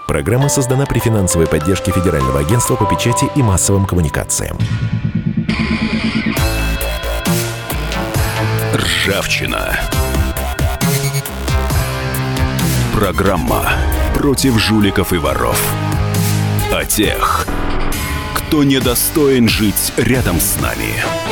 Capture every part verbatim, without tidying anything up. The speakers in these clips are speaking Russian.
Программа создана при финансовой поддержке Федерального агентства по печати и массовым коммуникациям. Ржавчина. Программа против жуликов и воров. О тех, кто недостоин жить рядом с нами.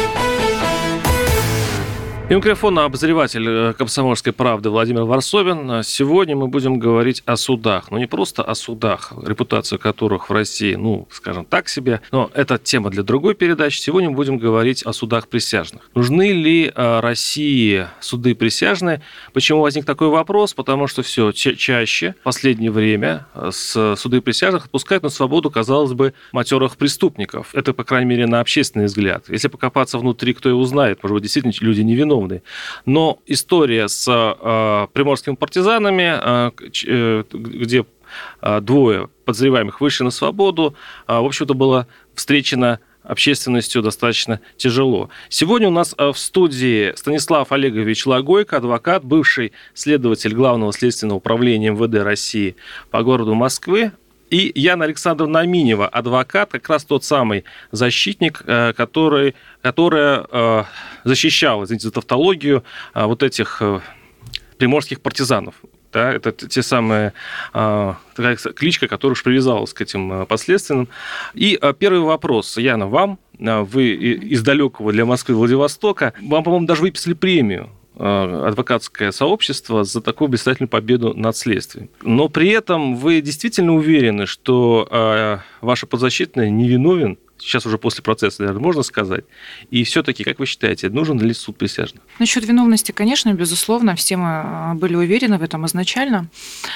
И у микрофона обозреватель «Комсомольской правды» Владимир Варсобин. Сегодня мы будем говорить о судах. Но не просто о судах, репутация которых в России, ну, скажем так себе, но это тема для другой передачи. Сегодня мы будем говорить о судах присяжных. Нужны ли России суды присяжные? Почему возник такой вопрос? Потому что все ча- чаще в последнее время с суды присяжных отпускают на свободу, казалось бы, матерых преступников. Это, по крайней мере, на общественный взгляд. Если покопаться внутри, кто его знает, может быть, действительно люди невиновны. Но история с э, приморскими партизанами, э, где э, двое подозреваемых вышли на свободу, э, в общем-то, была встречена общественностью достаточно тяжело. Сегодня у нас в студии Станислав Олегович Логойко, адвокат, бывший следователь Главного следственного управления эм вэ дэ России по городу Москвы, и Яна Александровна Аминева, адвокат, как раз тот самый защитник, который, которая защищала, извините за тавтологию, вот этих приморских партизанов. Да, это те самые, такая кличка, которая уж привязалась к этим последственным. И первый вопрос, Яна, вам. Вы из далекого для Москвы Владивостока. Вам, по-моему, даже выписали премию адвокатское сообщество за такую блистательную победу над следствием. Но при этом вы действительно уверены, что э, ваша подзащитная невиновен? Сейчас уже после процесса, наверное, можно сказать. И все-таки, как вы считаете, нужен ли суд присяжных? Насчет виновности, конечно, безусловно, все мы были уверены в этом изначально.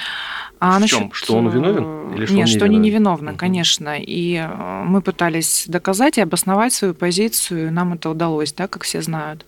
А в насчет... чем? Что он виновен? Или что Нет, он что они невиновны, угу. конечно. И мы пытались доказать и обосновать свою позицию, и нам это удалось, да, как все знают.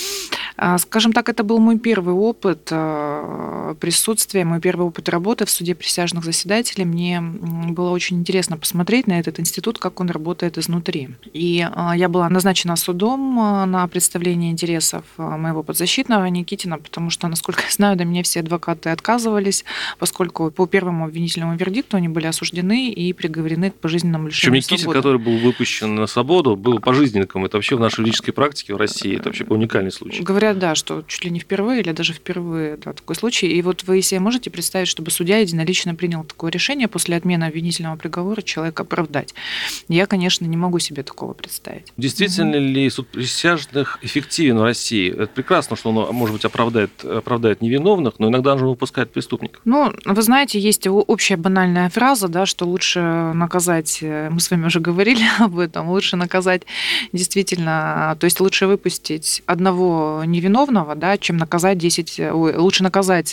Скажем так, это был мой первый опыт присутствия, мой первый опыт работы в суде присяжных заседателей. Мне было очень интересно посмотреть на этот институт, как он работает изнутри. И я была назначена судом на представление интересов моего подзащитного Никитина, потому что, насколько я знаю, до меня все адвокаты отказывались, поскольку по первому обвинительному вердикту они были осуждены и приговорены к пожизненному лишению Никитин, свободы. который был выпущен на свободу, был пожизненником. Это вообще в нашей юридической практике в России это вообще уникальный случай. Говорят, да, что чуть ли не впервые или даже впервые, да, такой случай. И вот вы себе можете представить, чтобы судья единолично принял такое решение после отмены обвинительного приговора человека оправдать? Я, конечно, не могу себе такого представить. Действительно угу. ли суд присяжных эффективен в России? Это прекрасно, что он, может быть, оправдает, оправдает невиновных, но иногда он же выпускает преступников. Ну, вы знаете, есть общая банальная фраза, да, что лучше наказать, мы с вами уже говорили об этом, лучше наказать действительно, то есть лучше выпустить одного невиновного, да, чем наказать десять, ой, лучше наказать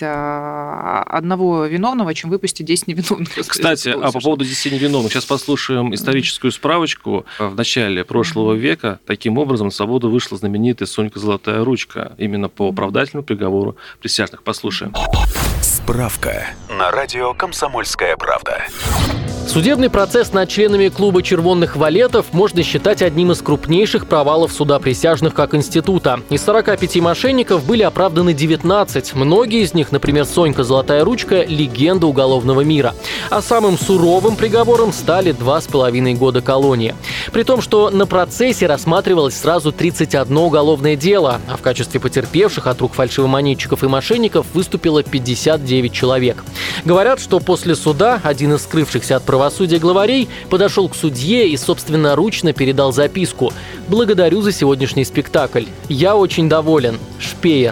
одного виновного, чем выпустить десять невиновных. Кстати, а по поводу десяти невиновных, сейчас послушаем историческую справочку. В начале прошлого века таким образом на свободу вышла знаменитая Сонька Золотая Ручка, именно по оправдательному приговору присяжных. Послушаем. Справка на радио «Комсомольская правда». Судебный процесс над членами клуба «Червонных валетов» можно считать одним из крупнейших провалов суда присяжных как института. Из сорока пяти мошенников были оправданы девятнадцать. Многие из них, например, Сонька Золотая Ручка, легенда уголовного мира. А самым суровым приговором стали два с половиной года колонии. При том, что на процессе рассматривалось сразу тридцать одно уголовное дело, а в качестве потерпевших от рук фальшивомонетчиков и мошенников выступило пятьдесят девять человек. Говорят, что после суда один из скрывшихся от правосудия главарей подошел к судье и собственноручно передал записку: «Благодарю за сегодняшний спектакль. Я очень доволен. Шпеер».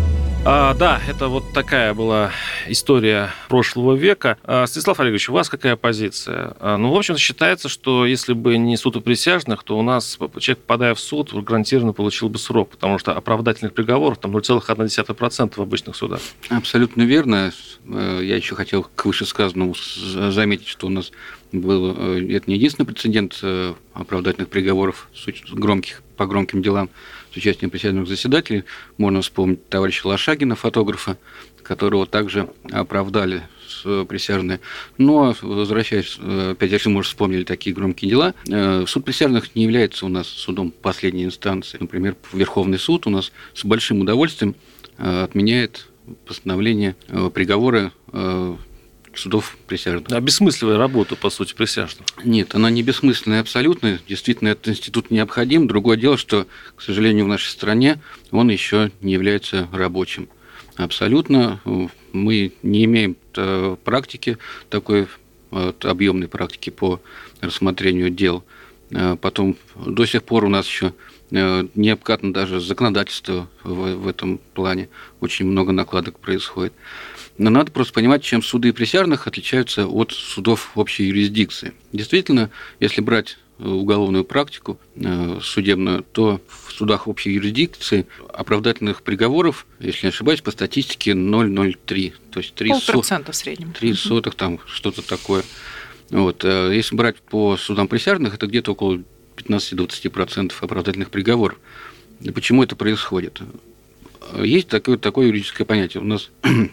А, да, это вот такая была история прошлого века. А, Станислав Олегович, у вас какая позиция? А, ну, в общем, считается, что если бы не суд у присяжных, то у нас человек, попадая в суд, гарантированно получил бы срок, потому что оправдательных приговоров там ноль целых одна десятая процента в обычных судах. Абсолютно верно. Я еще хотел к вышесказанному заметить, что у нас был это не единственный прецедент оправдательных приговоров громких по громким делам с участием присяжных заседателей. Можно вспомнить товарища Лошагина, фотографа, которого также оправдали присяжные. Но, возвращаясь, опять, если мы уже вспомнили такие громкие дела, суд присяжных не является у нас судом последней инстанции. Например, Верховный суд у нас с большим удовольствием отменяет постановление приговора судов присяжных. Обесмысливая работу, по сути, присяжных. Нет, она не бессмысленная абсолютно. Действительно, этот институт необходим. Другое дело, что, к сожалению, в нашей стране он еще не является рабочим. Абсолютно. Мы не имеем практики, такой объемной практики по рассмотрению дел. Потом до сих пор у нас еще не обкатано даже законодательство в, в этом плане. Очень много накладок происходит. Но надо просто понимать, чем суды присяжных отличаются от судов общей юрисдикции. Действительно, если брать уголовную практику судебную, то в судах общей юрисдикции оправдательных приговоров, если не ошибаюсь, по статистике ноль целых ноль три. То есть три полпроцента в среднем. три сотых, там что-то такое. Вот. Если брать по судам присяжных, это где-то около пятнадцать-двадцать процентов оправдательных приговоров. И почему это происходит? Есть такое, такое юридическое понятие. У нас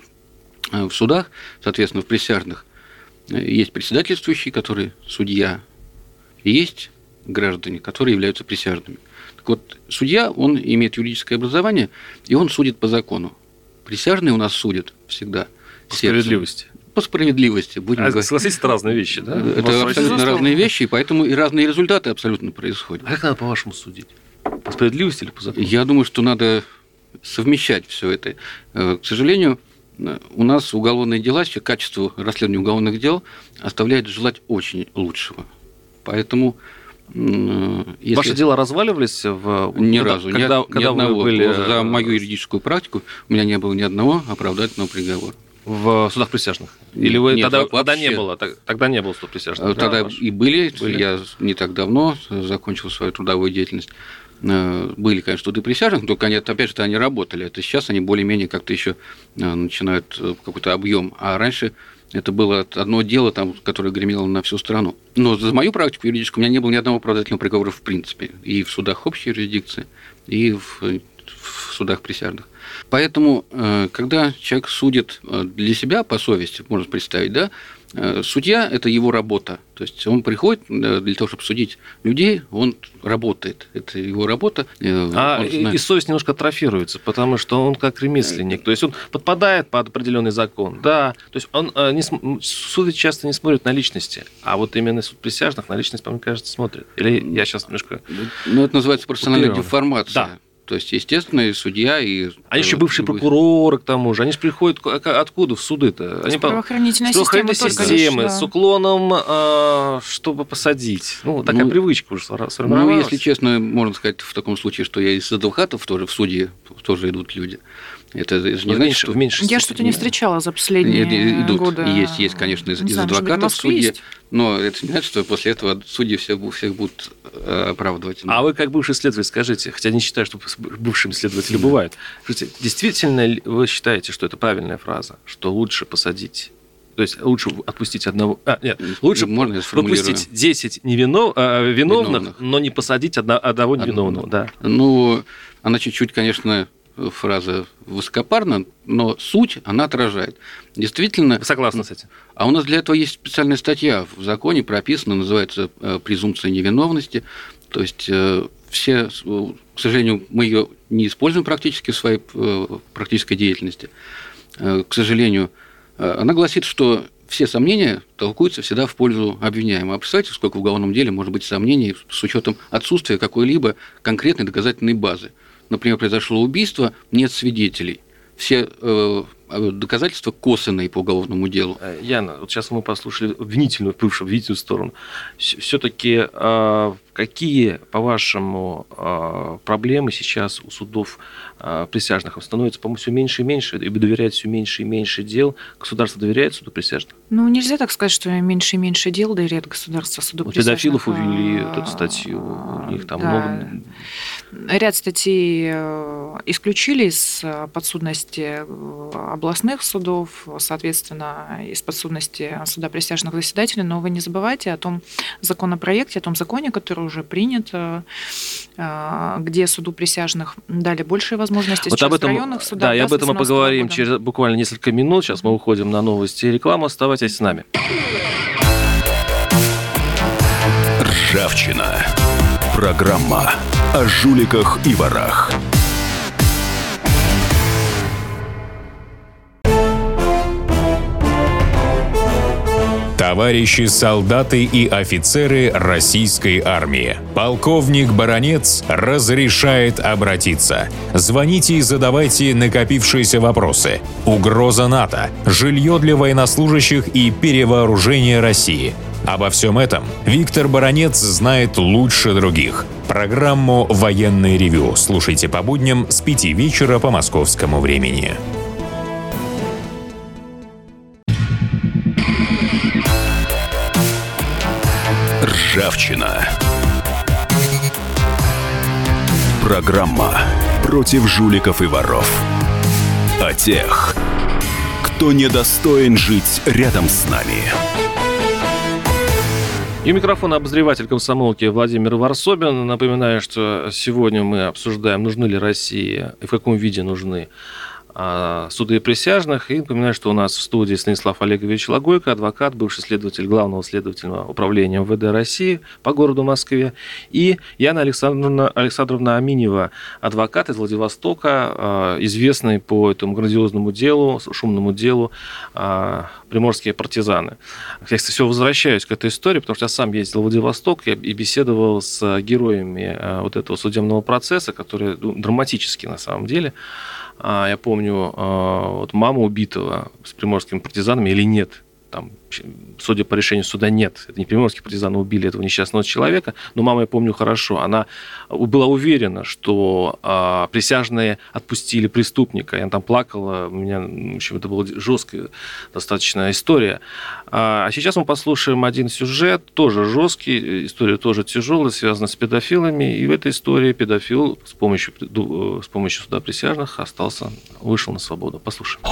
в судах, соответственно, в присяжных, есть председательствующий, который судья, и есть граждане, которые являются присяжными. Так вот, судья, он имеет юридическое образование, и он судит по закону. Присяжные у нас судят всегда. По справедливости. По справедливости. Будем а, говорить. Согласитесь, это разные вещи, да? Это абсолютно разные вещи, и поэтому и разные результаты абсолютно происходят. А как надо, по-вашему, судить? По справедливости или по закону? Я думаю, что надо совмещать все это. К сожалению, у нас уголовные дела, качество расследования уголовных дел оставляет желать очень лучшего. Поэтому... Если... Ваши дела разваливались в... Ни когда, разу. Когда, ни, когда ни одного. Вы были... За мою юридическую практику у меня не было ни одного оправдательного приговора. В судах присяжных? Или вы Нет, тогда, вообще... тогда не было? Тогда не было судов присяжных? Тогда да, и были, были. Я не так давно закончил свою трудовую деятельность. Были, конечно, суды присяжных, только они, опять же, они работали. Это сейчас они более-менее как-то еще начинают какой-то объем. А раньше это было одно дело, там, которое гремело на всю страну. Но за мою практику юридическую у меня не было ни одного оправдательного приговора в принципе. И в судах общей юрисдикции, и в, в судах присяжных. Поэтому, когда человек судит для себя по совести, можно представить, да, судья – это его работа. То есть он приходит для того, чтобы судить людей, он работает. Это его работа. А и совесть немножко атрофируется, потому что он как ремесленник. То есть он подпадает под определенный закон. Да, то есть он не, суды часто не смотрят на личности, а вот именно суд присяжных на личность, по-моему, кажется, смотрит. Или я сейчас немножко... Ну, это называется профессиональная утрированно. Деформация. Да. То есть, естественно, и судья, и... Они еще бывшие прокуроры, к тому же. Они же приходят откуда в суды-то? Они с правоохранительной по... системы, системы, да. С уклоном, э, чтобы посадить. Ну, такая ну, привычка уже сформировалась. Ну, если честно, можно сказать в таком случае, что я из адвокатов тоже в суде тоже идут люди. Это, это же не значит, что... В меньшей я что-то не встречала за последние идут. годы. Есть, есть, конечно, из, не из знаю, адвокатов в суде, есть? но это не значит, что после этого судьи всех, всех будут оправдывать. А вы, как бывший следователь, скажите, хотя не считаю, что бывшими следователи бывают, скажите, действительно вы считаете, что это правильная фраза, что лучше посадить? То есть лучше отпустить одного... А, нет, лучше Можно пропустить десять невинов... а, виновных, виновных, но не посадить одно, одного невиновного. Да. Ну, она чуть-чуть, конечно... фраза высокопарна, но суть она отражает. Действительно... Вы согласны с этим? А у нас для этого есть специальная статья в законе, прописана, называется «Презумпция невиновности». То есть все, к сожалению, мы ее не используем практически в своей практической деятельности. К сожалению, она гласит, что все сомнения толкуются всегда в пользу обвиняемого. А представьте, сколько в уголовном деле может быть сомнений с учетом отсутствия какой-либо конкретной доказательной базы. Например, произошло убийство, нет свидетелей. Все э, доказательства косвенные по уголовному делу. Яна, вот сейчас мы послушали обвинительную, бывшую обвинительную сторону. Все-таки э, какие, по-вашему, э, проблемы сейчас у судов э, присяжных становятся, по-моему, все меньше и меньше, и доверяют все меньше и меньше дел? Государство доверяет суду присяжных? Ну, нельзя так сказать, что меньше и меньше дел доверяет государство суду вот присяжных. Педофилов увели эту статью, у них там да. много... Ряд статей исключили из подсудности областных судов, соответственно, из подсудности суда присяжных заседателей, но вы не забывайте о том законопроекте, о том законе, который уже принят, где суду присяжных дали большие возможности. Вот сейчас об этом, в районных судах. да, и об этом мы поговорим года. через буквально несколько минут. Сейчас мы уходим на новости и рекламу. Оставайтесь с нами. Ржавчина. Программа о жуликах и ворах. Товарищи солдаты и офицеры российской армии, полковник Баранец разрешает обратиться. Звоните и задавайте накопившиеся вопросы. Угроза НАТО, жилье для военнослужащих и перевооружение России. Обо всем этом Виктор Баранец знает лучше других. Программу «Военное ревю» слушайте по будням с пяти вечера по московскому времени. Ржавчина. Программа против жуликов и воров. О тех, кто недостоин жить рядом с нами. И у микрофона обозреватель комсомолки Владимир Варсобин. Напоминаю, что сегодня мы обсуждаем, нужны ли России и в каком виде нужны суды присяжных. И напоминаю, что у нас в студии Станислав Олегович Логойко, адвокат, бывший следователь Главного следовательного управления эм вэ дэ России по городу Москве, и Яна Александровна, Александровна Аминева, адвокат из Владивостока, известный по этому грандиозному делу, шумному делу «Приморские партизаны». Я, кстати, все возвращаюсь к этой истории, потому что я сам ездил в Владивосток и беседовал с героями вот этого судебного процесса, который драматический на самом деле. Я помню вот маму убитого с приморскими партизанами или нет. Там, судя по решению суда, нет. Это не приморские партизаны убили этого несчастного человека, но маму я помню хорошо. Она была уверена, что а, присяжные отпустили преступника. Я там плакала. У меня, в общем, это была жесткая достаточно история. А сейчас мы послушаем один сюжет, тоже жесткий, история тоже тяжелая, связана с педофилами. И в этой истории педофил с помощью, с помощью суда присяжных остался, вышел на свободу. Послушаем.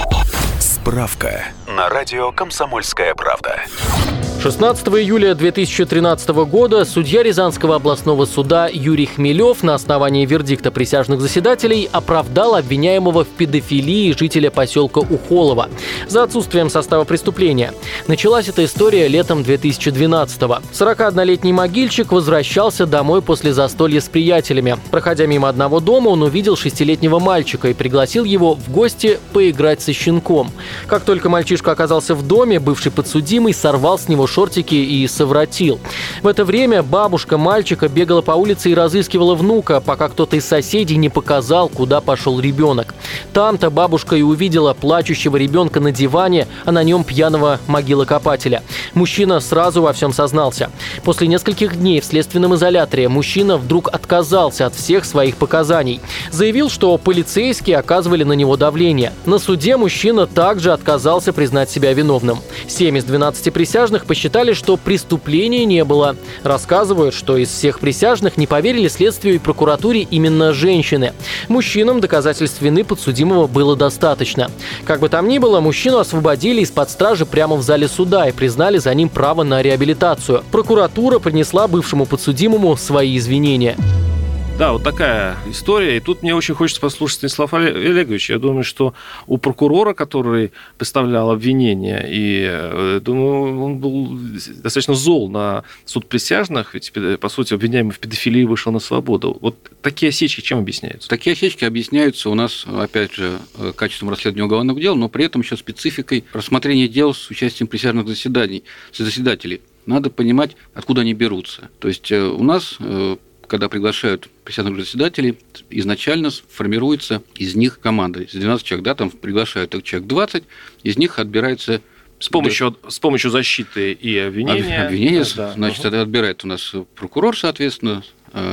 Справка на радио «Комсомольская правда». шестнадцатого июля две тысячи тринадцатого года судья Рязанского областного суда Юрий Хмелев на основании вердикта присяжных заседателей оправдал обвиняемого в педофилии жителя поселка Ухолово за отсутствием состава преступления. Началась эта история летом две тысячи двенадцатого. сорокаоднолетний могильщик возвращался домой после застолья с приятелями. Проходя мимо одного дома, он увидел шестилетнего мальчика и пригласил его в гости поиграть со щенком. Как только мальчишка оказался в доме, бывший подсудимый сорвал с него шортики и совратил. В это время бабушка мальчика бегала по улице и разыскивала внука, пока кто-то из соседей не показал, куда пошел ребенок. Там-то бабушка и увидела плачущего ребенка на диване, а на нем пьяного могилокопателя. Мужчина сразу во всем сознался. После нескольких дней в следственном изоляторе мужчина вдруг отказался от всех своих показаний. Заявил, что полицейские оказывали на него давление. На суде мужчина также отказался признать себя виновным. Семь из двенадцати присяжных посчитали, что преступления не было. Рассказывают, что из всех присяжных не поверили следствию и прокуратуре именно женщины. Мужчинам доказательств вины подсудимого было достаточно. Как бы там ни было, мужчину освободили из-под стражи прямо в зале суда и признали за ним право на реабилитацию. Прокуратура принесла бывшему подсудимому свои извинения. Да, вот такая история. И тут мне очень хочется послушать Станислава Олеговича. Я думаю, что у прокурора, который представлял обвинение, и думаю, он был достаточно зол на суд присяжных, ведь, по сути, обвиняемый в педофилии вышел на свободу. Вот такие осечки чем объясняются? Такие осечки объясняются у нас, опять же, качеством расследования уголовных дел, но при этом еще спецификой рассмотрения дел с участием присяжных заседаний, заседателей. Надо понимать, откуда они берутся. То есть у нас, когда приглашают присяжных заседателей, изначально формируется из них команда. Из двенадцати человек, да, там приглашают их человек двадцать, из них отбирается... С помощью, с помощью защиты и обвинения. Обвинение, да, значит, угу. отбирает у нас прокурор, соответственно,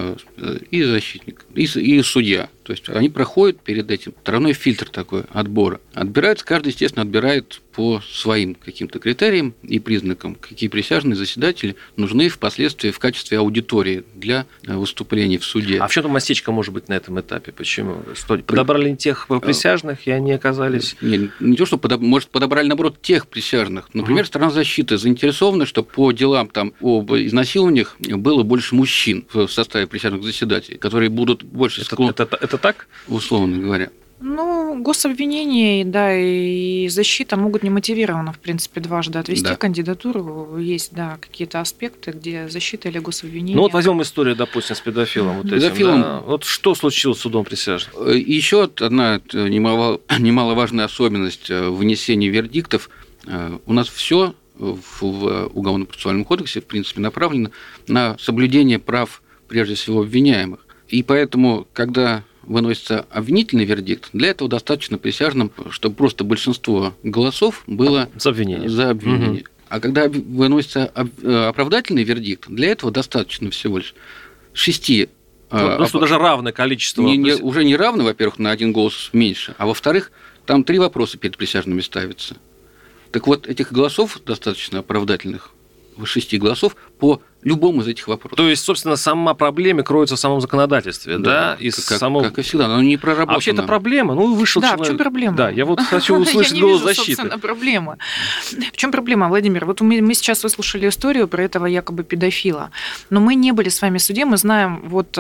и защитник, и, и судья. То есть они проходят перед этим тройной фильтр такой отбора. Отбираются, каждый, естественно, отбирает по своим каким-то критериям и признакам, какие присяжные заседатели нужны впоследствии в качестве аудитории для выступлений в суде. А в чем там осечка может быть на этом этапе? Почему? Что, подобрали тех присяжных, и они оказались... Не, не то, что подоб... может, подобрали, наоборот, тех присяжных. Например, угу. сторона защиты заинтересована, что по делам там, об изнасилованиях было больше мужчин в составе присяжных заседателей, которые будут больше склонны... Это, это, это так? Условно говоря. Ну, гособвинение, да, и защита могут немотивированно, в принципе, дважды отвести да. кандидатуру. Есть, да, какие-то аспекты, где защита или гособвинение. Ну, вот возьмем историю, допустим, с педофилом. Вот педофилом. Этим, да. Вот что случилось с судом присяжных? Еще одна немало, немаловажная особенность вынесения вердиктов. У нас все в Уголовно-процессуальном кодексе, в принципе, направлено на соблюдение прав, прежде всего, обвиняемых. И поэтому, когда выносится обвинительный вердикт, для этого достаточно присяжным, чтобы просто большинство голосов было за обвинение. За обвинение. Угу. А когда выносится оправдательный вердикт, для этого достаточно всего лишь шести. Ну, ну, что даже равное количество. Не, не, уже не равно, во-первых, на один голос меньше, а во-вторых, там три вопроса перед присяжными ставятся. Так вот, этих голосов достаточно оправдательных, шести голосов, по любому из этих вопросов. То есть, собственно, сама проблема кроется в самом законодательстве, да? Да, и как, самом... как и всегда, но не проработано. А вообще это проблема? Ну, вышел да, человек... в чем проблема? Да, я вот хочу услышать голос защиты. Я не вижу, проблема. В чем проблема, Владимир? Вот мы сейчас выслушали историю про этого якобы педофила, но мы не были с вами в суде, мы знаем вот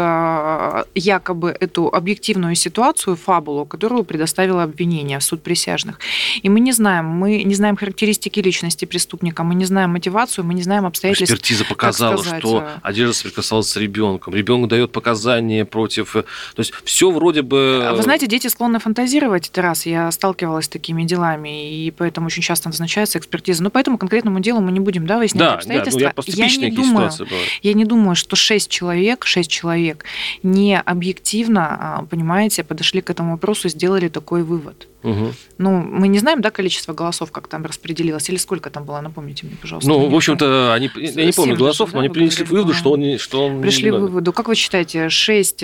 якобы эту объективную ситуацию, фабулу, которую предоставило обвинение в суд присяжных. И мы не знаем, мы не знаем характеристики личности преступника, мы не знаем мотивацию, мы не знаем обстоятельства. Экспертиза показала, что одежда соприкасалась с ребенком. Ребенок дает показания против. То есть все вроде бы. Вы знаете, дети склонны фантазировать. Это раз. Я сталкивалась с такими делами, и поэтому очень часто назначается экспертиза. Но по этому конкретному делу мы не будем, да, выяснять да, обстоятельства. Да, ну, я просто типичные я не думаю, ситуации бывают. Я не думаю, что шесть человек, шесть человек не объективно, понимаете, подошли к этому вопросу и сделали такой вывод. Угу. Ну, мы не знаем, да, количество голосов, как там распределилось, или сколько там было, напомните мне, пожалуйста. Ну, в общем-то, они, я не помню голосов, да, но они пришли к выводу, что он, что он пришли к выводу. Как вы считаете, шесть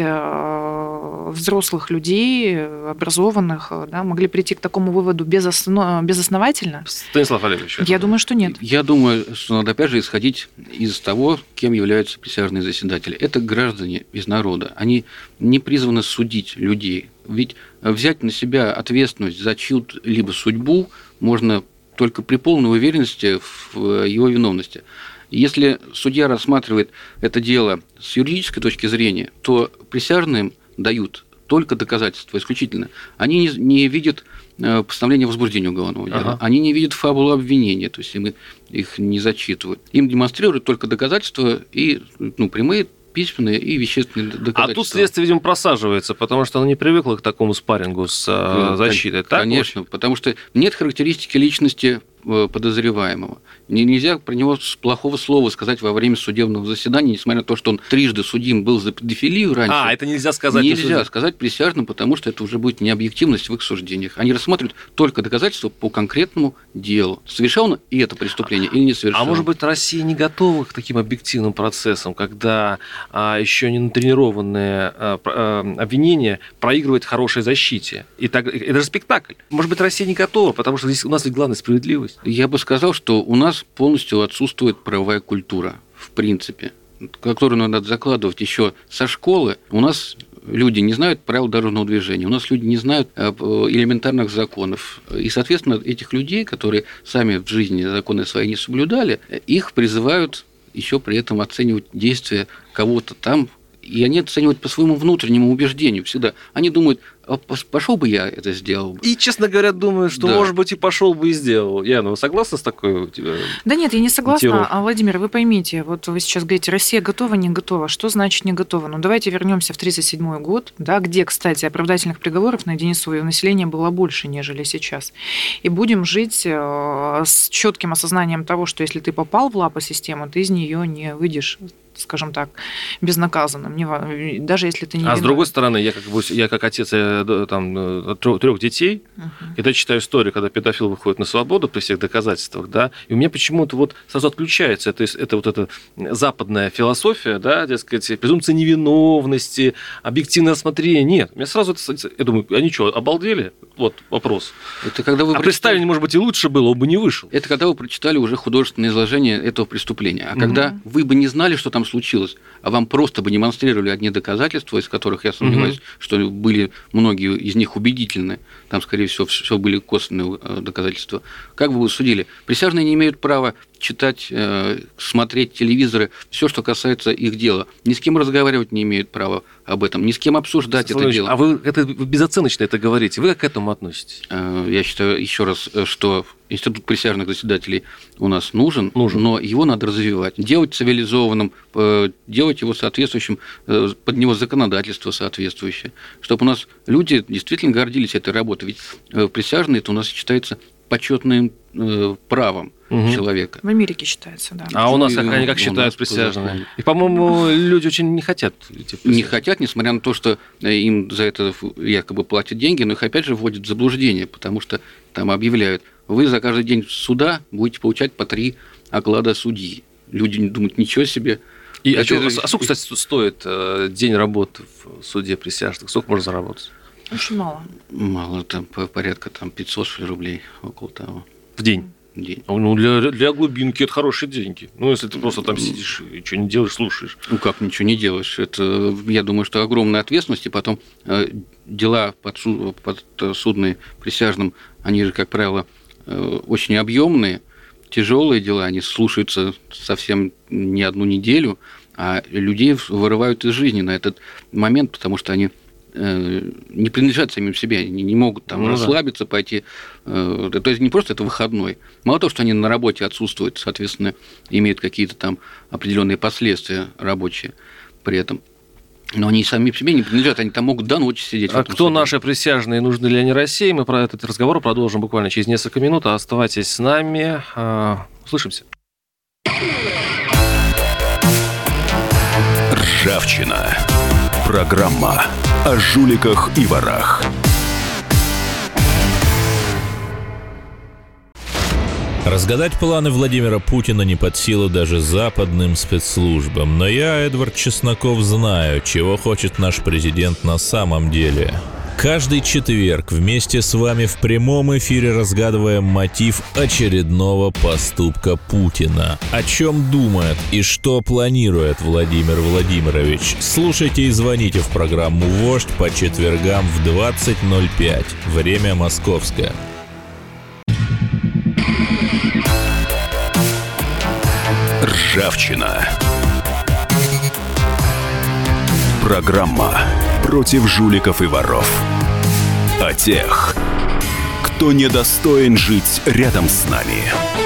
взрослых людей, образованных, да, могли прийти к такому выводу безосно... безосновательно? Станислав Олегович. Я думаю, что нет. Я думаю, что надо опять же исходить из того, кем являются присяжные заседатели. Это граждане из народа. Они не призваны судить людей. Ведь взять на себя ответственность за чью-либо судьбу можно только при полной уверенности в его виновности. Если судья рассматривает это дело с юридической точки зрения, то присяжным дают только доказательства исключительно. Они не, не видят постановления о возбуждении уголовного дела, ага. Они не видят фабулу обвинения, то есть им их не зачитывают. Им демонстрируют только доказательства и ну, прямые, письменные и вещественные доказательства. А тут следствие, видимо, просаживается, потому что оно не привыкло к такому спаррингу с ну, защитой. Так конечно, очень? Потому что нет характеристики личности подозреваемого. Нельзя про него плохого слова сказать во время судебного заседания, несмотря на то, что он трижды судим был за педофилию раньше. А, это нельзя сказать. Нельзя сказать присяжным, потому что это уже будет необъективность в их суждениях. Они рассматривают только доказательства по конкретному делу. Совершено и это преступление или не совершено. А может быть, Россия не готова к таким объективным процессам, когда а, еще не натренированное а, а, обвинение проигрывает хорошей защите. И так, это же спектакль. Может быть, Россия не готова, потому что здесь у нас ведь главная справедливость. Я бы сказал, что у нас полностью отсутствует правовая культура, в принципе, которую надо закладывать еще со школы. У нас люди не знают правил дорожного движения, у нас люди не знают элементарных законов. И, соответственно, этих людей, которые сами в жизни законы свои не соблюдали, их призывают еще при этом оценивать действия кого-то там, и они оценивают по своему внутреннему убеждению всегда. Они думают, а пошел бы я это сделал. И, честно говоря, думаю, что, да. может быть, и пошел бы и сделал. Яна, вы согласны с такой? Да нет, я не согласна. А, Владимир, вы поймите, вот вы сейчас говорите, Россия готова, не готова. Что значит не готова? Ну, давайте вернемся в тридцать седьмой год, да, где, кстати, оправдательных приговоров на единицу своего населения было больше, нежели сейчас. И будем жить с четким осознанием того, что если ты попал в лапы системы, ты из нее не выйдешь, скажем так, безнаказанным, даже если ты не А виноват. С другой стороны, я как, я как отец там, трех детей, uh-huh. когда читаю историю, когда педофил выходит на свободу при всех доказательствах, да, и у меня почему-то вот сразу отключается это, это вот эта западная философия, да, дескать, презумпция невиновности, объективное осмотрение. Нет, у меня сразу это, я думаю, они что, обалдели? Вот вопрос. Это когда вы а прочитали... представление, может быть, и лучше было, он бы не вышел. Это когда вы прочитали уже художественное изложение этого преступления. А uh-huh. когда вы бы не знали, что там случилось, а вам просто бы демонстрировали одни доказательства, из которых, я сомневаюсь, uh-huh. что были многие из них убедительны, там, скорее всего, все были косвенные доказательства, как бы вы судили? Присяжные не имеют права читать, смотреть телевизоры, все, что касается их дела. Ни с кем разговаривать не имеют права об этом, ни с кем обсуждать Слава это дело. А вы это вы безоценочно это говорите. Вы как к этому относитесь? Я считаю, еще раз, что институт присяжных заседателей у нас нужен, нужен, но его надо развивать, делать цивилизованным, делать его соответствующим, под него законодательство соответствующее, чтобы у нас люди действительно гордились этой работой. Ведь присяжные – это у нас считается почетным э, правом угу. человека. В Америке считается, да. А у нас, И, как они как считают присяжные? И, по-моему, люди очень не хотят идти Не хотят, несмотря на то, что им за это якобы платят деньги, но их опять же вводят в заблуждение, потому что там объявляют, вы за каждый день суда будете получать по три оклада судьи. Люди думают, ничего себе. И, а, что, же... а сколько, кстати, стоит э, день работы в суде присяжных? Сколько можно заработать? Очень мало. Мало, там порядка там, пятьсот рублей, около того. В день? В день. Ну, для, для глубинки это хорошие деньги. Ну, если ты просто там сидишь и ничего не делаешь, слушаешь. Ну, как ничего не делаешь? Это, я думаю, что огромная ответственность, и потом э, дела подсуд, подсудные присяжным, они же, как правило, э, очень объемные, тяжелые дела, они слушаются совсем не одну неделю, а людей вырывают из жизни на этот момент, потому что они э, не принадлежат самим себе, они не могут там ну, расслабиться, да. пойти. Э, то есть не просто это выходной. Мало того, что они на работе отсутствуют, соответственно, имеют какие-то там определенные последствия рабочие при этом. Но они сами себе не принадлежат, они там могут до ночи сидеть. А кто суде. Наши присяжные, нужны ли они России? Мы про этот разговор продолжим буквально через несколько минут. Оставайтесь с нами. Услышимся. Ржавчина. Программа о жуликах и ворах. Разгадать планы Владимира Путина не под силу даже западным спецслужбам. Но я, Эдвард Чесноков, знаю, чего хочет наш президент на самом деле. Каждый четверг вместе с вами в прямом эфире разгадываем мотив очередного поступка Путина. О чем думает и что планирует Владимир Владимирович. Слушайте и звоните в программу «Вождь» по четвергам в двадцать ноль пять. Время московское. Ржавчина. Программа против жуликов и воров. О тех, кто недостоин жить рядом с нами.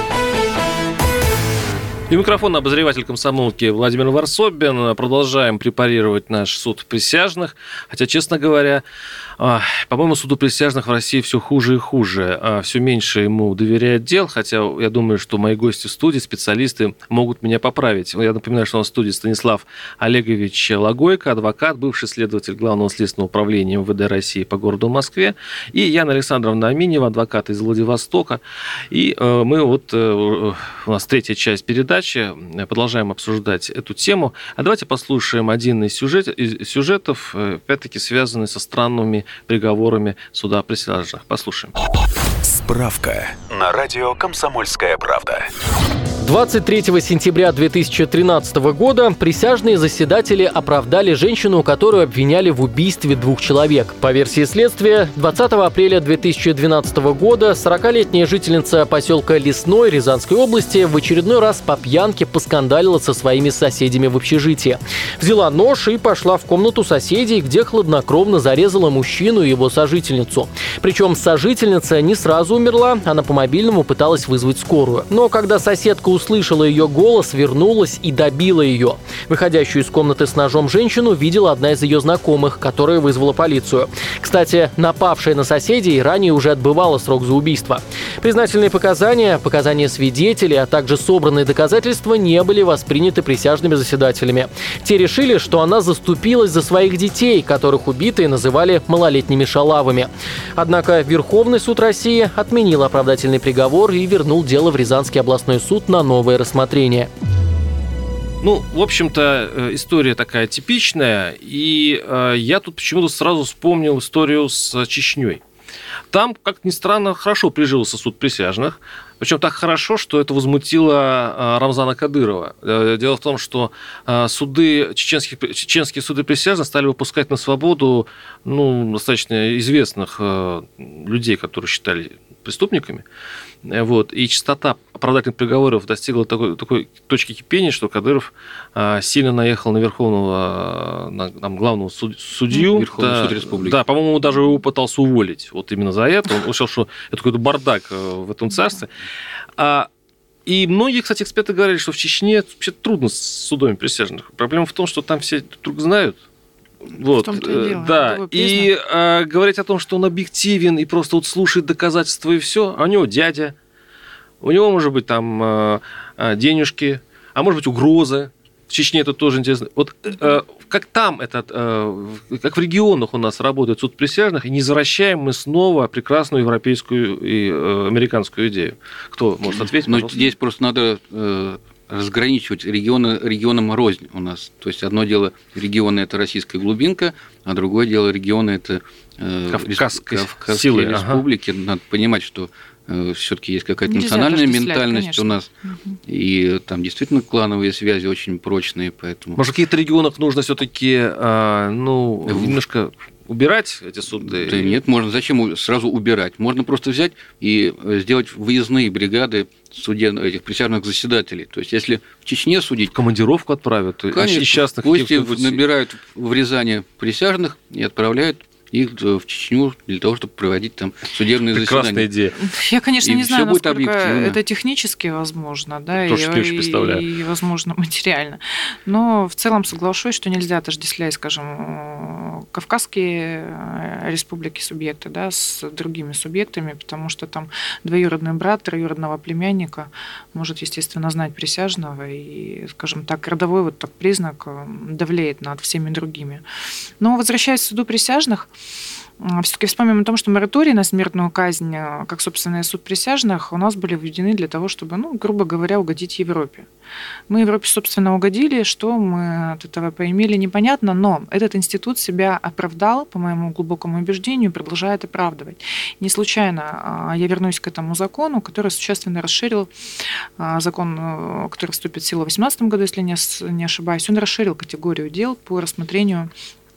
И микрофон обозреватель комсомолки Владимир Варсобин. Продолжаем препарировать наш суд присяжных. Хотя, честно говоря, по-моему, суду присяжных в России все хуже и хуже. Все меньше ему доверяют дел. Хотя я думаю, что мои гости в студии, специалисты, могут меня поправить. Я напоминаю, что у нас в студии Станислав Олегович Логойко, адвокат, бывший следователь Главного следственного управления эм вэ дэ России по городу Москве. И Яна Александровна Аминева, адвокат из Владивостока. И мы вот... У нас третья часть передачи. Продолжаем обсуждать эту тему. А давайте послушаем один из, сюжет, из сюжетов, опять-таки связанный со странными приговорами суда присяжных. Послушаем. Справка на радио «Комсомольская правда». двадцать третьего сентября две тысячи тринадцатого года присяжные заседатели оправдали женщину, которую обвиняли в убийстве двух человек. По версии следствия, двадцатого апреля две тысячи двенадцатого года сорокалетняя жительница поселка Лесной Рязанской области в очередной раз по пьянке поскандалила со своими соседями в общежитии. Взяла нож и пошла в комнату соседей, где хладнокровно зарезала мужчину и его сожительницу. Причем сожительница не сразу умерла, она по мобильному пыталась вызвать скорую. Но когда соседка услышала ее голос, вернулась и добила ее. Выходящую из комнаты с ножом женщину видела одна из ее знакомых, которая вызвала полицию. Кстати, напавшая на соседей ранее уже отбывала срок за убийство. Признательные показания, показания свидетелей, а также собранные доказательства не были восприняты присяжными заседателями. Те решили, что она заступилась за своих детей, которых убитые называли малолетними шалавами. Однако Верховный суд России отменил оправдательный приговор и вернул дело в Рязанский областной суд на новое рассмотрение. Ну, в общем-то, история такая типичная, и э, я тут почему-то сразу вспомнил историю с Чечней. Там, как ни странно, хорошо прижился суд присяжных, причем так хорошо, что это возмутило Рамзана Кадырова. Дело в том, что суды, чеченские, чеченские суды присяжных стали выпускать на свободу ну, достаточно известных людей, которые считали преступниками. Вот. И частота оправдательных приговоров достигла такой, такой точки кипения, что Кадыров сильно наехал на верховного, на, на главного судью. Верховный да, суд республики. Да, по-моему, даже его пытался уволить. Вот именно за это. Он решил, что это какой-то бардак в этом царстве. И многие, кстати, эксперты говорили, что в Чечне вообще трудно с судами присяжных. Проблема в том, что там все друг знают. Вот, В том-то и дело. да. И а, говорить о том, что он объективен и просто вот слушает доказательства и все, а у него дядя, у него может быть там а, денежки, а может быть угрозы. В Чечне это тоже интересно. Вот а, как там этот, а, как в регионах у нас работает суд присяжных, и не возвращаем мы снова прекрасную европейскую и а, американскую идею. Кто может ответить? Но здесь просто надо э, разграничивать регионы, регионам рознь у нас. То есть одно дело регионы – это российская глубинка, а другое дело регионы – это э, Кавказские Кавказские силы, республики. Ага. Надо понимать, что э, все-таки есть какая-то Нельзя национальная ментальность, конечно, у нас, угу. и там действительно клановые связи очень прочные, поэтому. Может, в каких-то регионах нужно все-таки, э, ну, немножко убирать эти суды? Да нет, можно зачем сразу убирать? Можно просто взять и сделать выездные бригады судеб... этих присяжных заседателей. То есть, если в Чечне судить... Командировку отправят? Конечно, частных пусть набирают в Рязани присяжных и отправляют их в Чечню для того, чтобы проводить там судебные Прекрасная заседания. идея. Я, конечно, и не знаю, насколько объективно. Это технически возможно, да, Тоже и, не очень представляю. и, возможно, материально. Но в целом соглашусь, что нельзя отождествлять, скажем, Кавказские республики субъекты, да, с другими субъектами, потому что там двоюродный брат троюродного племянника может, естественно, знать присяжного, и, скажем так, родовой вот так признак давлеет над всеми другими. Но возвращаясь к суду присяжных, все-таки вспомним о том, что моратории на смертную казнь, как, собственно, и суд присяжных, у нас были введены для того, чтобы, ну, грубо говоря, угодить Европе. Мы Европе, собственно, угодили, что мы от этого поимели, непонятно, но этот институт себя оправдал, по моему глубокому убеждению, продолжает оправдывать. Не случайно я вернусь к этому закону, который существенно расширил, закон, который вступит в силу в две тысячи восемнадцатом году, если не ошибаюсь, он расширил категорию дел по рассмотрению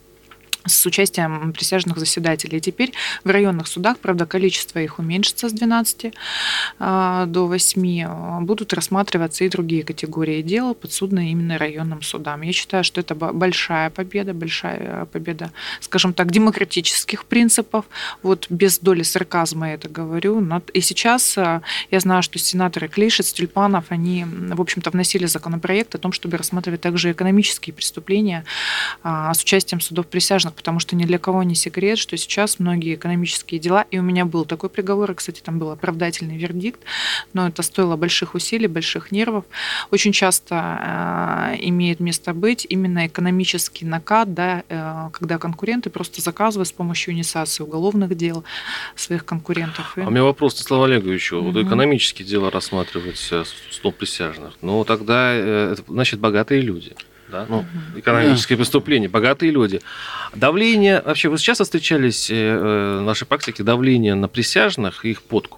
с участием присяжных заседателей. И теперь в районных судах, правда, количество их уменьшится с двенадцати до восьми, будут рассматриваться и другие категории дел, подсудные именно районным судам. Я считаю, что это большая победа, большая победа, скажем так, демократических принципов. Вот без доли сарказма я это говорю. И сейчас я знаю, что сенаторы Клишец, Тюльпанов, они, в общем-то, вносили законопроект о том, чтобы рассматривать также экономические преступления с участием судов присяжных, потому что ни для кого не секрет, что сейчас многие экономические дела, и у меня был такой приговор, и, кстати, там был оправдательный вердикт, но это стоило больших усилий, больших нервов, очень часто э, имеет место быть именно экономический накат, да, э, когда конкуренты просто заказывают с помощью инициации уголовных дел своих конкурентов. А у меня вопрос к Станиславу Олеговичу. Угу. Вот экономические дела рассматривать судом присяжных, ну тогда э, это значит богатые люди. Да? Ну, экономические преступления, богатые люди. Давление, вообще, вы часто встречались э, в нашей практике давление на присяжных и их подкуп?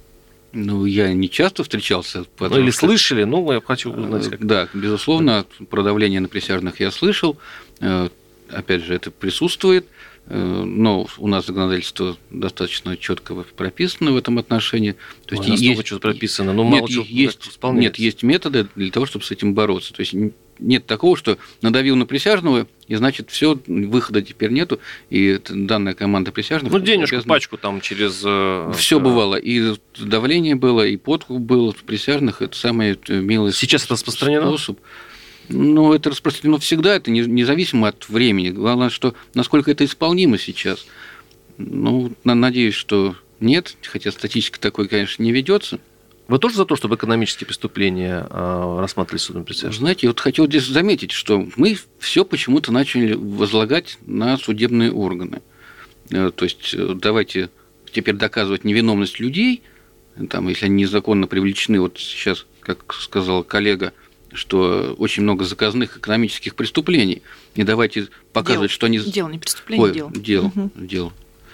Ну, я не часто встречался. Ну, или что... слышали, ну, я хочу узнать. Как... Да, безусловно, про давление на присяжных я слышал. Опять же, это присутствует. Но у нас законодательство достаточно четко прописано в этом отношении. То есть, есть что-то прописано, но мало чего исполняется. Нет, есть методы для того, чтобы с этим бороться. То есть нет такого, что надавил на присяжного, и значит все, выхода теперь нету, и данная команда присяжных. Ну, денежку, обязана... пачку там через. Все бывало, и давление было, и подкуп был в присяжных. Это самое милое. Сейчас это распространено? Способ. Ну, это распространено всегда, это независимо от времени. Главное, что насколько это исполнимо сейчас. Ну, надеюсь, что нет, хотя статистика такой, конечно, не ведется. Вы тоже за то, чтобы экономические преступления рассматривали судом присяжных? Знаете, вот хотел здесь заметить, что мы все почему-то начали возлагать на судебные органы. То есть давайте теперь доказывать невиновность людей, там, если они незаконно привлечены, вот сейчас, как сказал коллега, что очень много заказных экономических преступлений, и давайте показывать, дел. что они... Дело, не преступление, Ой, дело. Дело, угу. дело.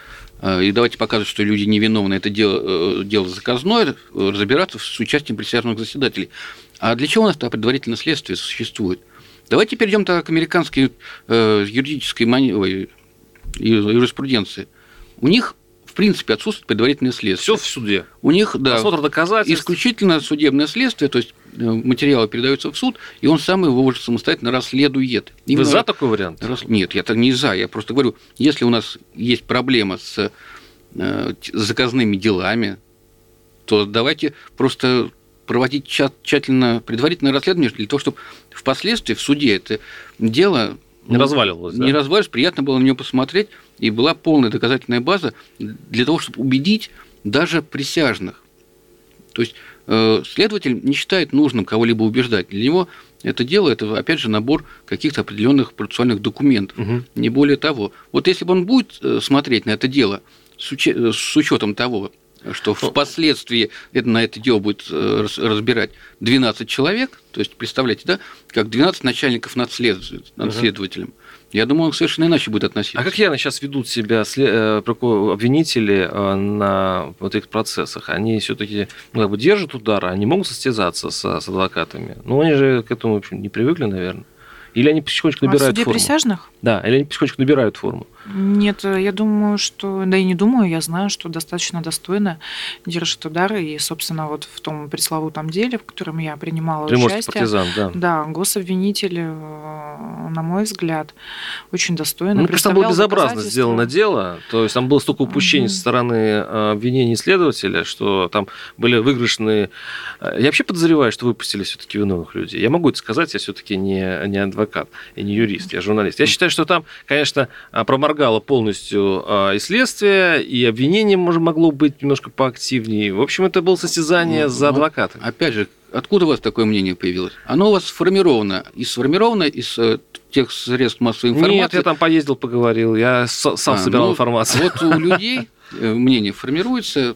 И давайте показывать, что люди невиновны, это дело, дело заказное, разбираться с участием присяжных заседателей. А для чего у нас тогда предварительное следствие существует? Давайте перейдем к американской э, юридической мани... Ой, юриспруденции. У них, в принципе, отсутствует предварительное следствие. Все в суде. У них, да, осмотр доказательств. Исключительно судебное следствие, то есть материалы передаются в суд, и он сам его уже самостоятельно расследует. Именно... Вы за такой вариант? Рас... Нет, я так не за. Я просто говорю, если у нас есть проблема с э, заказными делами, то давайте просто проводить тщательно предварительное расследование для того, чтобы впоследствии в суде это дело Не разваливалась, да? Не разваливалась, приятно было на нее посмотреть, и была полная доказательная база для того, чтобы убедить даже присяжных. То есть э, следователь не считает нужным кого-либо убеждать. Для него это дело, это, опять же, набор каких-то определенных процессуальных документов, угу. не более того. Вот если бы он будет смотреть на это дело с, уч... с учетом того, что впоследствии это, на это дело будет разбирать двенадцать человек, то есть, представляете, да, как двенадцать начальников над, след... над следователем, угу. я думаю, он совершенно иначе будет относиться. А как явно сейчас ведут себя обвинители на вот этих процессах? Они все-таки ну, как бы держат удар, они могут состязаться с, с адвокатами? Ну, они же к этому, в общем, не привыкли, наверное. Или они потихонечку набирают а форму? Присяжных? Да, или они потихонечку набирают форму? Нет, я думаю, что... Да и не думаю, я знаю, что достаточно достойно держит удары. И, собственно, вот в том пресловутом деле, в котором я принимала Приморский участие... партизан, да. Да, гособвинитель, на мой взгляд, очень достойно ну, представлял там было безобразно сделано дело. То есть там было столько упущений угу. со стороны обвинений следователя, что там были выигрышные... Я вообще подозреваю, что выпустили все-таки виновных людей. Я могу это сказать, я все-таки не, не адвокат и не юрист, я журналист. Я считаю, что там, конечно, проморгали полностью и следствие, и обвинение может, могло быть немножко поактивнее. В общем, это было состязание ну, за адвоката. Опять же, откуда у вас такое мнение появилось? Оно у вас сформировано и сформировано из тех средств массовой информации? Нет, я там поездил, поговорил, я сам а, собирал ну, информацию. Вот у людей мнение формируется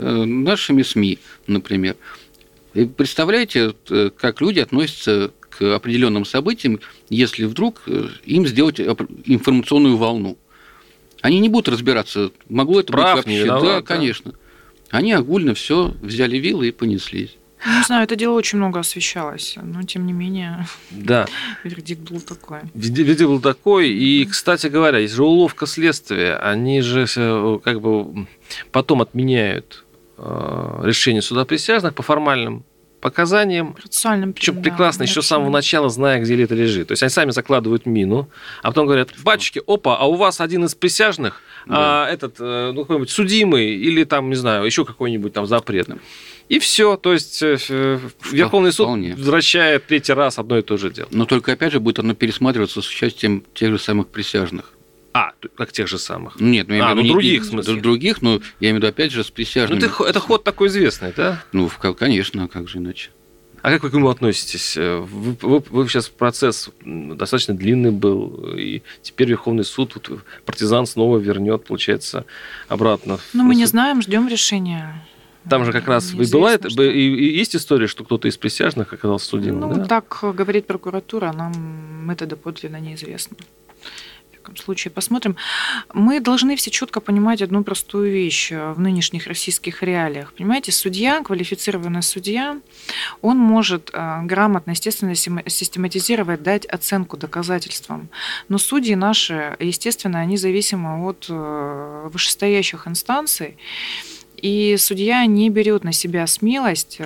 нашими СМИ, например. И представляете, как люди относятся к определенным событиям, если вдруг им сделать информационную волну. Они не будут разбираться, могло это Прав, быть вообще. Виноват, да, да, конечно. Они огульно все взяли вилы и понеслись. Не знаю, это дело очень много освещалось, но тем не менее да. вердикт был такой. Вердикт был такой, и, кстати говоря, есть же уловка следствия, они же как бы потом отменяют решение суда присяжных по формальным показаниям, причем да, прекрасно, еще с самого начала зная, где это лежит. То есть они сами закладывают мину, а потом говорят: батюшки, опа, а у вас один из присяжных, да. а, этот, ну, какой-нибудь судимый или там, не знаю, еще какой-нибудь там запретный. И все, то есть Верховный суд Вполне. возвращает третий раз одно и то же дело. Но только, опять же, будет оно пересматриваться с участием тех же самых присяжных. А, как тех же самых? Нет, ну, я а, имею в виду, ну, других, не, в смысле? Других, но я имею в виду, опять же, с присяжными. Ну, это, это ход такой известный, да? Ну, конечно, а как же иначе? А как вы к нему относитесь? Вы, вы, вы сейчас процесс достаточно длинный был, и теперь Верховный суд, вот, партизан снова вернет, получается, обратно. Ну, мы не знаем, ждем решения. Там же как раз и бывает, что... и, и есть история, что кто-то из присяжных оказался судимым, Ну, да? так говорит прокуратура, нам это доподлинно неизвестно. В любом случае, посмотрим. Мы должны все четко понимать одну простую вещь в нынешних российских реалиях. Понимаете, судья, квалифицированный судья, он может грамотно, естественно, систематизировать, дать оценку доказательствам. Но судьи наши, естественно, они зависимы от вышестоящих инстанций. И судья не берет на себя смелость,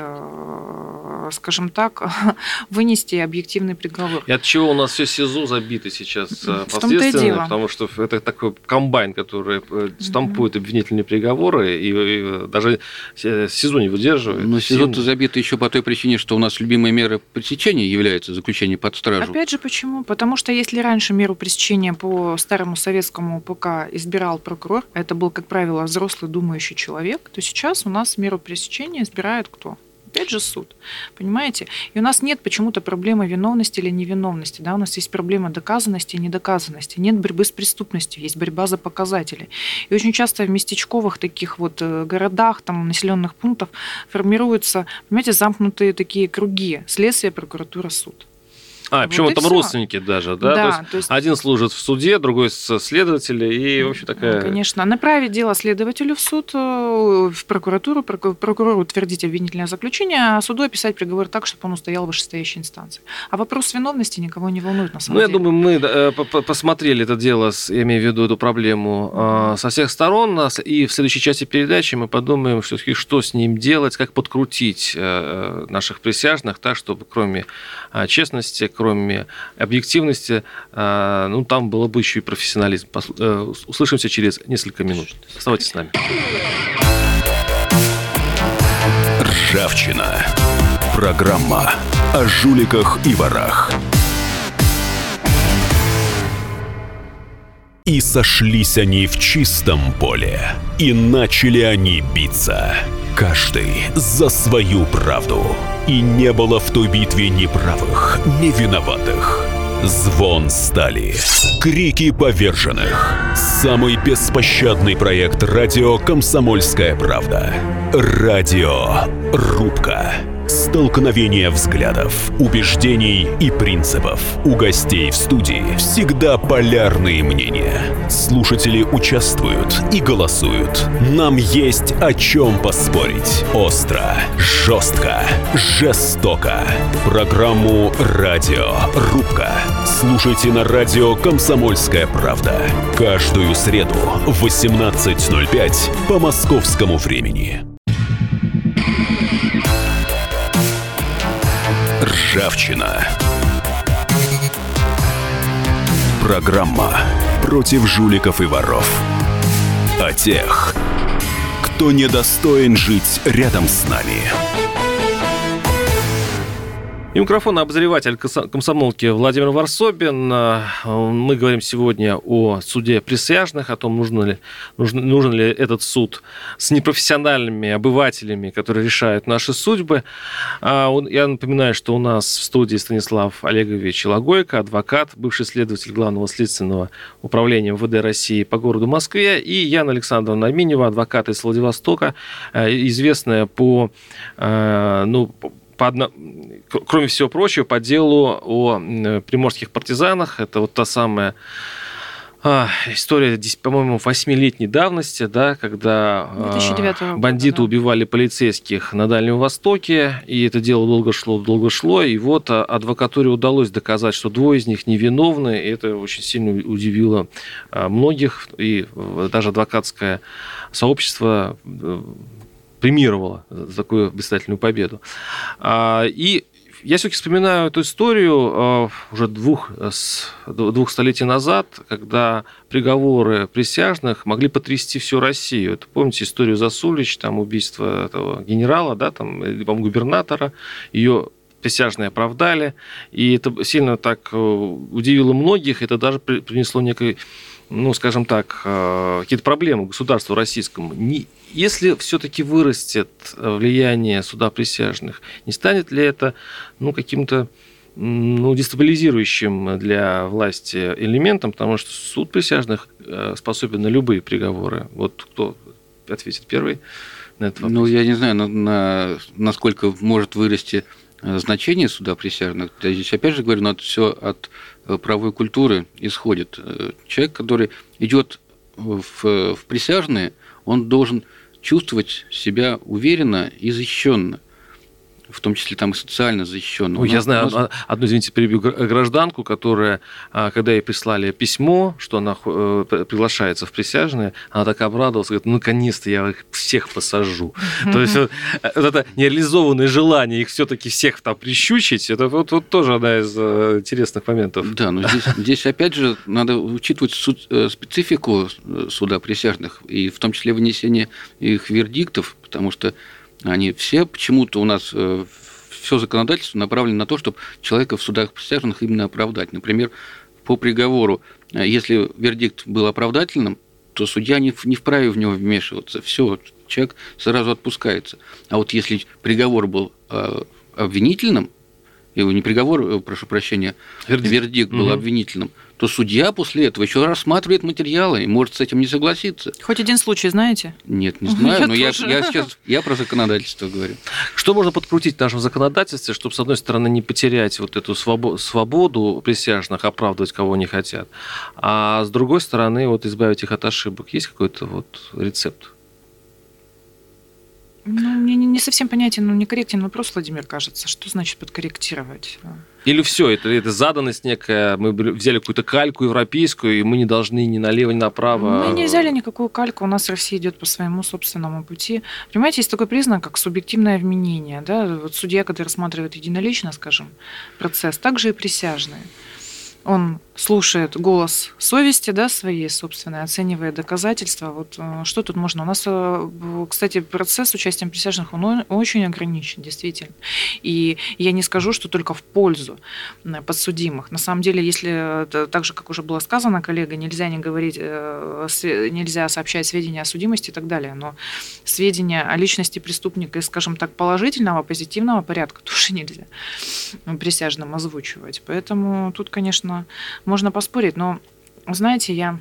скажем так, вынести объективный приговор. И от чего у нас все СИЗО забито сейчас в последственно, потому что это такой комбайн, который штампует обвинительные приговоры, и, и даже СИЗО не выдерживает. Но СИЗО-то забито еще по той причине, что у нас любимая мера пресечения является заключение под стражу. Опять же, почему? Потому что если раньше меру пресечения по старому советскому ПК избирал прокурор, это был, как правило, взрослый думающий человек, то сейчас у нас меру пресечения избирает кто? Опять же суд, понимаете? И у нас нет почему-то проблемы виновности или невиновности, да? У нас есть проблема доказанности и недоказанности. Нет борьбы с преступностью, есть борьба за показатели. И очень часто в местечковых таких вот городах, там, населенных пунктах формируются, понимаете, замкнутые такие круги: следствие, прокуратура, суд. А, причем вот там родственники даже, да? Да, то есть, то есть один служит в суде, другой со следователем, и вообще такая... Конечно. Направить дело следователю в суд, в прокуратуру, прокурору утвердить обвинительное заключение, а суду описать приговор так, чтобы он устоял в вышестоящей инстанции. А вопрос виновности никого не волнует на самом ну, деле. Ну, я думаю, мы посмотрели это дело, я имею в виду эту проблему, со всех сторон, и в следующей части передачи мы подумаем, что, что с ним делать, как подкрутить наших присяжных так, чтобы кроме честности, кроме объективности, ну, там было бы еще и профессионализм. Услышимся через несколько минут. Оставайтесь с нами. Ржавчина. Программа о жуликах и ворах. И сошлись они в чистом поле, и начали они биться, каждый за свою правду. И не было в той битве ни правых, ни виноватых. Звон стали, крики поверженных. Самый беспощадный проект радио «Комсомольская правда». Радиорубка. Столкновение взглядов, убеждений и принципов. У гостей в студии всегда полярные мнения. Слушатели участвуют и голосуют. Нам есть о чем поспорить. Остро, жестко, жестоко. Программу «Радиорубка» слушайте на радио «Комсомольская правда». Каждую среду в восемнадцать ноль пять по московскому времени. Ржавчина. Программа против жуликов и воров. О тех, кто недостоин жить рядом с нами. И микрофон обозреватель комсомолки Владимир Варсобин. Мы говорим сегодня о суде присяжных, о том, нужен ли, нужен, нужен ли этот суд с непрофессиональными обывателями, которые решают наши судьбы. Я напоминаю, что у нас в студии Станислав Олегович Логойко, адвокат, бывший следователь Главного следственного управления эм вэ дэ России по городу Москве, и Яна Александровна Минева, адвокат из Владивостока, известная по... ну, По одно... Кроме всего прочего, по делу о приморских партизанах. Это вот та самая а, история, по-моему, восьмилетней давности, да, когда две тысячи девятого бандиты года, да. убивали полицейских на Дальнем Востоке, и это дело долго шло, долго шло, и вот адвокатуре удалось доказать, что двое из них невиновны, и это очень сильно удивило многих, и даже адвокатское сообщество премировала за такую блистательную победу. И я все-таки вспоминаю эту историю уже двух, двух столетий назад, когда приговоры присяжных могли потрясти всю Россию. Это, помните историю Засулич, там убийство этого генерала, да, там, или, по-моему, губернатора, ее присяжные оправдали, и это сильно так удивило многих, это даже принесло некий, ну, скажем так, какие-то проблемы государству российскому. Если все-таки вырастет влияние суда присяжных, не станет ли это, ну, каким-то, ну, дестабилизирующим для власти элементом, потому что суд присяжных способен на любые приговоры. Вот кто ответит первый на этот вопрос? Ну, я не знаю, на, на, насколько может вырасти значение суда присяжных. Я здесь опять же говорю, но это все от правовой культуры исходит. Человек, который идет в, в присяжные, он должен чувствовать себя уверенно и защищенно, в том числе там и социально защищенно. Ну, я знаю нас... одну, извините, перебью, гражданку, которая, когда ей прислали письмо, что она приглашается в присяжные, она так обрадовалась, говорит, ну, наконец-то я их всех посажу. То есть вот это нереализованное желание их все-таки всех там прищучить, это вот, вот тоже одна из интересных моментов. Да, но здесь, здесь опять же надо учитывать суд, специфику суда присяжных, и в том числе вынесение их вердиктов, потому что они все почему-то у нас все законодательство направлено на то, чтобы человека в судах присяжных именно оправдать. Например, по приговору, если вердикт был оправдательным, то судья не вправе в него вмешиваться. Все, человек сразу отпускается. А вот если приговор был обвинительным, или не приговор, прошу прощения, вердикт, вердикт был угу. обвинительным, то судья после этого еще рассматривает материалы и может с этим не согласиться. Хоть один случай знаете? Нет, не знаю, я но я, я сейчас я про законодательство говорю. Что можно подкрутить в нашем законодательстве, чтобы, с одной стороны, не потерять вот эту свободу, свободу присяжных, оправдывать кого не хотят, а с другой стороны, вот избавить их от ошибок? Есть какой-то вот рецепт? Ну, мне не совсем понятен, ну, некорректен вопрос, Владимир, кажется. Что значит подкорректировать? Или все, это, это заданность некая, мы взяли какую-то кальку европейскую, и мы не должны ни налево, ни направо... Мы не взяли никакую кальку, у нас Россия идет по своему собственному пути. Понимаете, есть такой признак, как субъективное вменение. Да? Вот судья, когда рассматривает единолично, скажем, процесс, также и присяжные. Он слушает голос совести, да, своей собственной, оценивает доказательства. Вот что тут можно? У нас, кстати, процесс с участием присяжных, он очень ограничен, действительно. И я не скажу, что только в пользу подсудимых. На самом деле, если, так же, как уже было сказано коллегой, нельзя не говорить, нельзя сообщать сведения о судимости и так далее, но сведения о личности преступника, скажем так, положительного, позитивного порядка тоже нельзя присяжным озвучивать. Поэтому тут, конечно, можно поспорить, но, знаете, я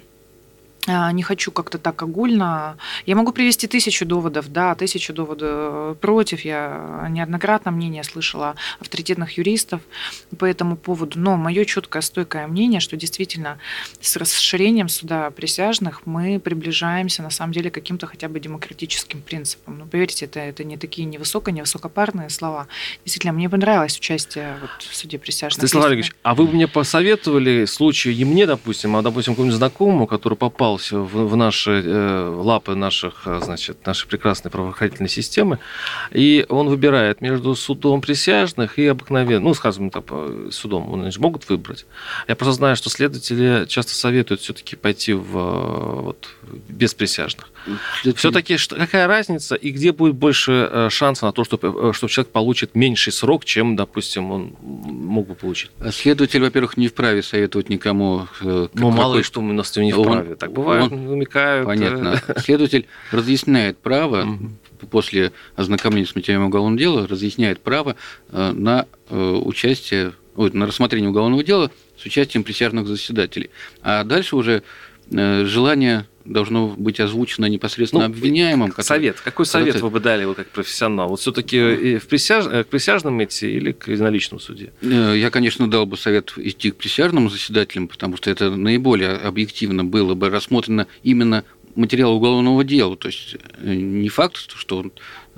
не хочу как-то так огульно. Я могу привести тысячу доводов, да, тысячу доводов против. Я неоднократно мнение слышала авторитетных юристов по этому поводу. Но мое четкое, стойкое мнение, что действительно с расширением суда присяжных мы приближаемся, на самом деле, к каким-то хотя бы демократическим принципам. Но поверьте, это, это не такие невысоко, невысокопарные слова. Действительно, мне понравилось участие вот в суде присяжных. Станислав Олегович, а вы бы мне посоветовали случай, и мне, допустим, а, допустим, какому-нибудь знакомому, который попал В, в наши э, лапы наших, значит, нашей прекрасной правоохранительной системы, и он выбирает между судом присяжных и обыкновенным, ну, скажем так, судом, они же могут выбрать. Я просто знаю, что следователи часто советуют все-таки пойти в, вот, без присяжных. Все-таки какая разница, и где будет больше шанса на то, что, что человек получит меньший срок, чем, допустим, он мог бы получить? Следователь, во-первых, не вправе советовать никому. Ну, мало ли что у нас не вправе. Он, так бывает, он, намекают. Понятно. Следователь разъясняет право, после ознакомления с материалом уголовного дела, разъясняет право на участие, на рассмотрение уголовного дела с участием присяжных заседателей. А дальше уже желание должно быть озвучено непосредственно ну, обвиняемым. Который... Совет. Какой совет который... вы бы дали, вы как профессионал? Вот все-таки в присяж... к присяжным идти или к единоличному суде? Я, конечно, дал бы совет идти к присяжным заседателям, потому что это наиболее объективно было бы рассмотрено именно материал уголовного дела. То есть не факт, что он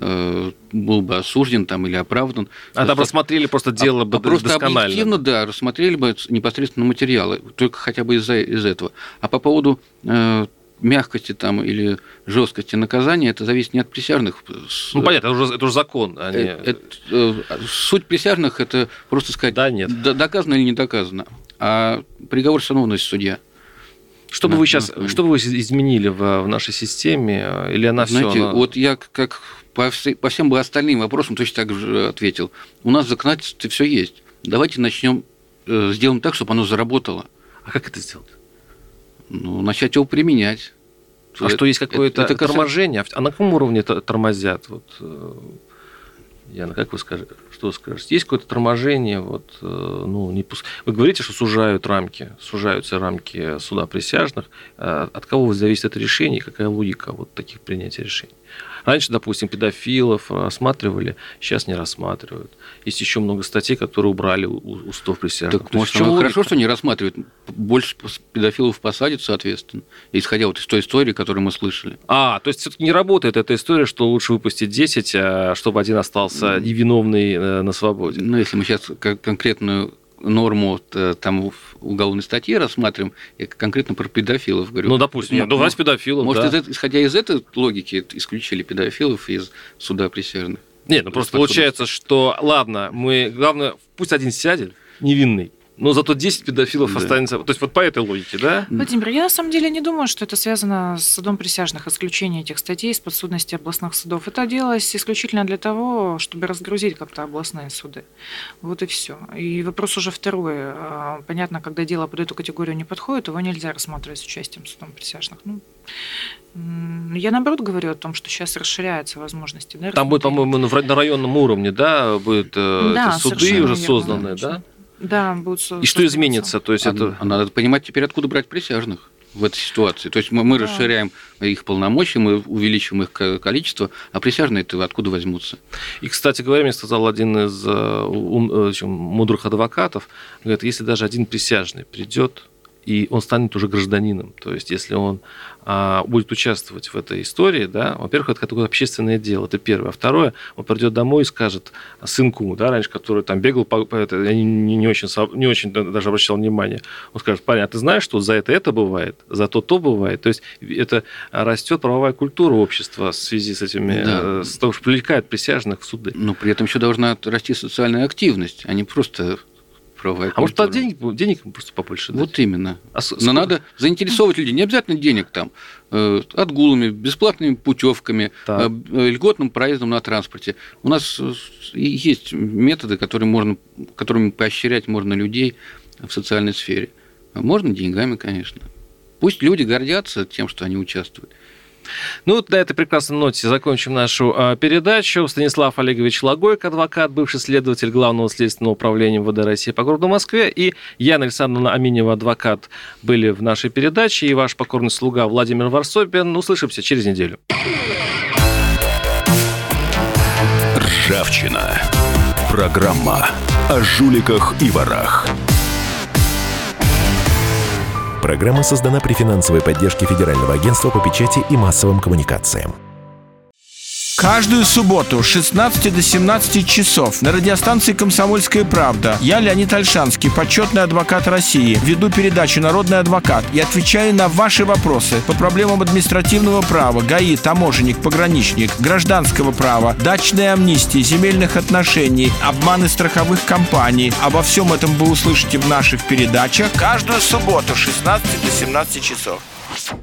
был бы осужден там, или оправдан. А там рассмотрели просто дело а, бы просто досконально. Просто объективно, да, рассмотрели бы непосредственно материалы, только хотя бы из-за из этого. А по поводу э, мягкости там, или жесткости наказания, это зависит не от присяжных. Ну, понятно, это уже, это уже закон. А не... это, это, суть присяжных – это просто сказать, да, нет. доказано или не доказано. А приговор все равно вносит судья. Что бы вы сейчас, что бы вы изменили в, в нашей системе, или она все? Знаете, она... вот я как по, все, по всем бы остальным вопросам точно так же ответил. У нас в законодательстве все есть. Давайте начнем, э, сделаем так, чтобы оно заработало. А как это сделать? Ну, начать его применять. А это, что есть какое-то это, это торможение? Касается... А на каком уровне тормозят? Вот, Яна, как вы скажете, что вы скажете? Есть какое-то торможение? Вот, ну, не пуск... Вы говорите, что сужают рамки, сужаются рамки суда присяжных. От кого зависит это решение и какая логика вот таких принятия решений? Раньше, допустим, педофилов рассматривали, сейчас не рассматривают. Есть еще много статей, которые убрали у, у судов присяжных. Так, может, хорошо, логика? Что не рассматривают. Больше педофилов посадят, соответственно, исходя вот из той истории, которую мы слышали. А, то есть все-таки не работает эта история, что лучше выпустить десять, чтобы один остался невиновный на свободе. Ну, если мы сейчас конкретную норму там в уголовной статье рассматриваем, я конкретно про педофилов говорю. Ну, допустим, нет, ну, давайте педофилов, может, да. из, исходя из этой логики, исключили педофилов из суда присяжных? Нет, ну просто получается, что, ладно, мы, главное, пусть один сядет, невинный, но зато десять педофилов да. останется. То есть вот по этой логике, да? Владимир, я на самом деле не думаю, что это связано с судом присяжных, исключение этих статей из подсудности областных судов. Это делалось исключительно для того, чтобы разгрузить как-то областные суды. Вот и все. И вопрос уже второй. Понятно, когда дело под эту категорию не подходит, его нельзя рассматривать с участием судом присяжных. Ну, я, наоборот, говорю о том, что сейчас расширяются возможности. Да, там будет, по-моему, на районном уровне, да, будут да, суды уже созданы, да? Да, будут. И что изменится? То есть а, это... а надо понимать теперь, откуда брать присяжных в этой ситуации. То есть мы, мы да. расширяем их полномочия, мы увеличиваем их количество, а присяжные-то откуда возьмутся? И, кстати говоря, мне сказал один из ум, чем, мудрых адвокатов, говорит, если даже один присяжный придет, и он станет уже гражданином. То есть, если он а, будет участвовать в этой истории, да, во-первых, это такое общественное дело, это первое. А второе, он придет домой и скажет сынку, да, раньше, который там бегал, по, по это, я не, не, очень, не очень даже обращал внимание, он скажет, парень, а ты знаешь, что за это это бывает, за то то бывает. То есть, это растет правовая культура общества в связи с этими, да. с того, что привлекает присяжных в суды. Но при этом еще должна расти социальная активность, а не просто правовая А может, культура. денег, денег просто побольше дать? Вот именно. А с- Но сколько? надо заинтересовывать людей. Не обязательно денег там. Э, отгулами, бесплатными путевками, Так. э, льготным проездом на транспорте. У нас э, и есть методы, которые можно, которыми поощрять можно людей в социальной сфере. А можно деньгами, конечно. Пусть люди гордятся тем, что они участвуют. Ну, вот на этой прекрасной ноте закончим нашу а, передачу. Станислав Олегович Логойко, адвокат, бывший следователь Главного следственного управления эм вэ дэ России по городу Москве, и Яна Александровна Аминева, адвокат, были в нашей передаче, и ваш покорный слуга Владимир Варсобин. Услышимся через неделю. Ржавчина. Программа о жуликах и ворах. Программа создана при финансовой поддержке Федерального агентства по печати и массовым коммуникациям. Каждую субботу с шестнадцати до семнадцати часов на радиостанции «Комсомольская правда» я, Леонид Ольшанский, почетный адвокат России, веду передачу «Народный адвокат» и отвечаю на ваши вопросы по проблемам административного права, ГАИ, таможенник, пограничник, гражданского права, дачной амнистии, земельных отношений, обманы страховых компаний. Обо всем этом вы услышите в наших передачах каждую субботу с шестнадцати до семнадцати часов.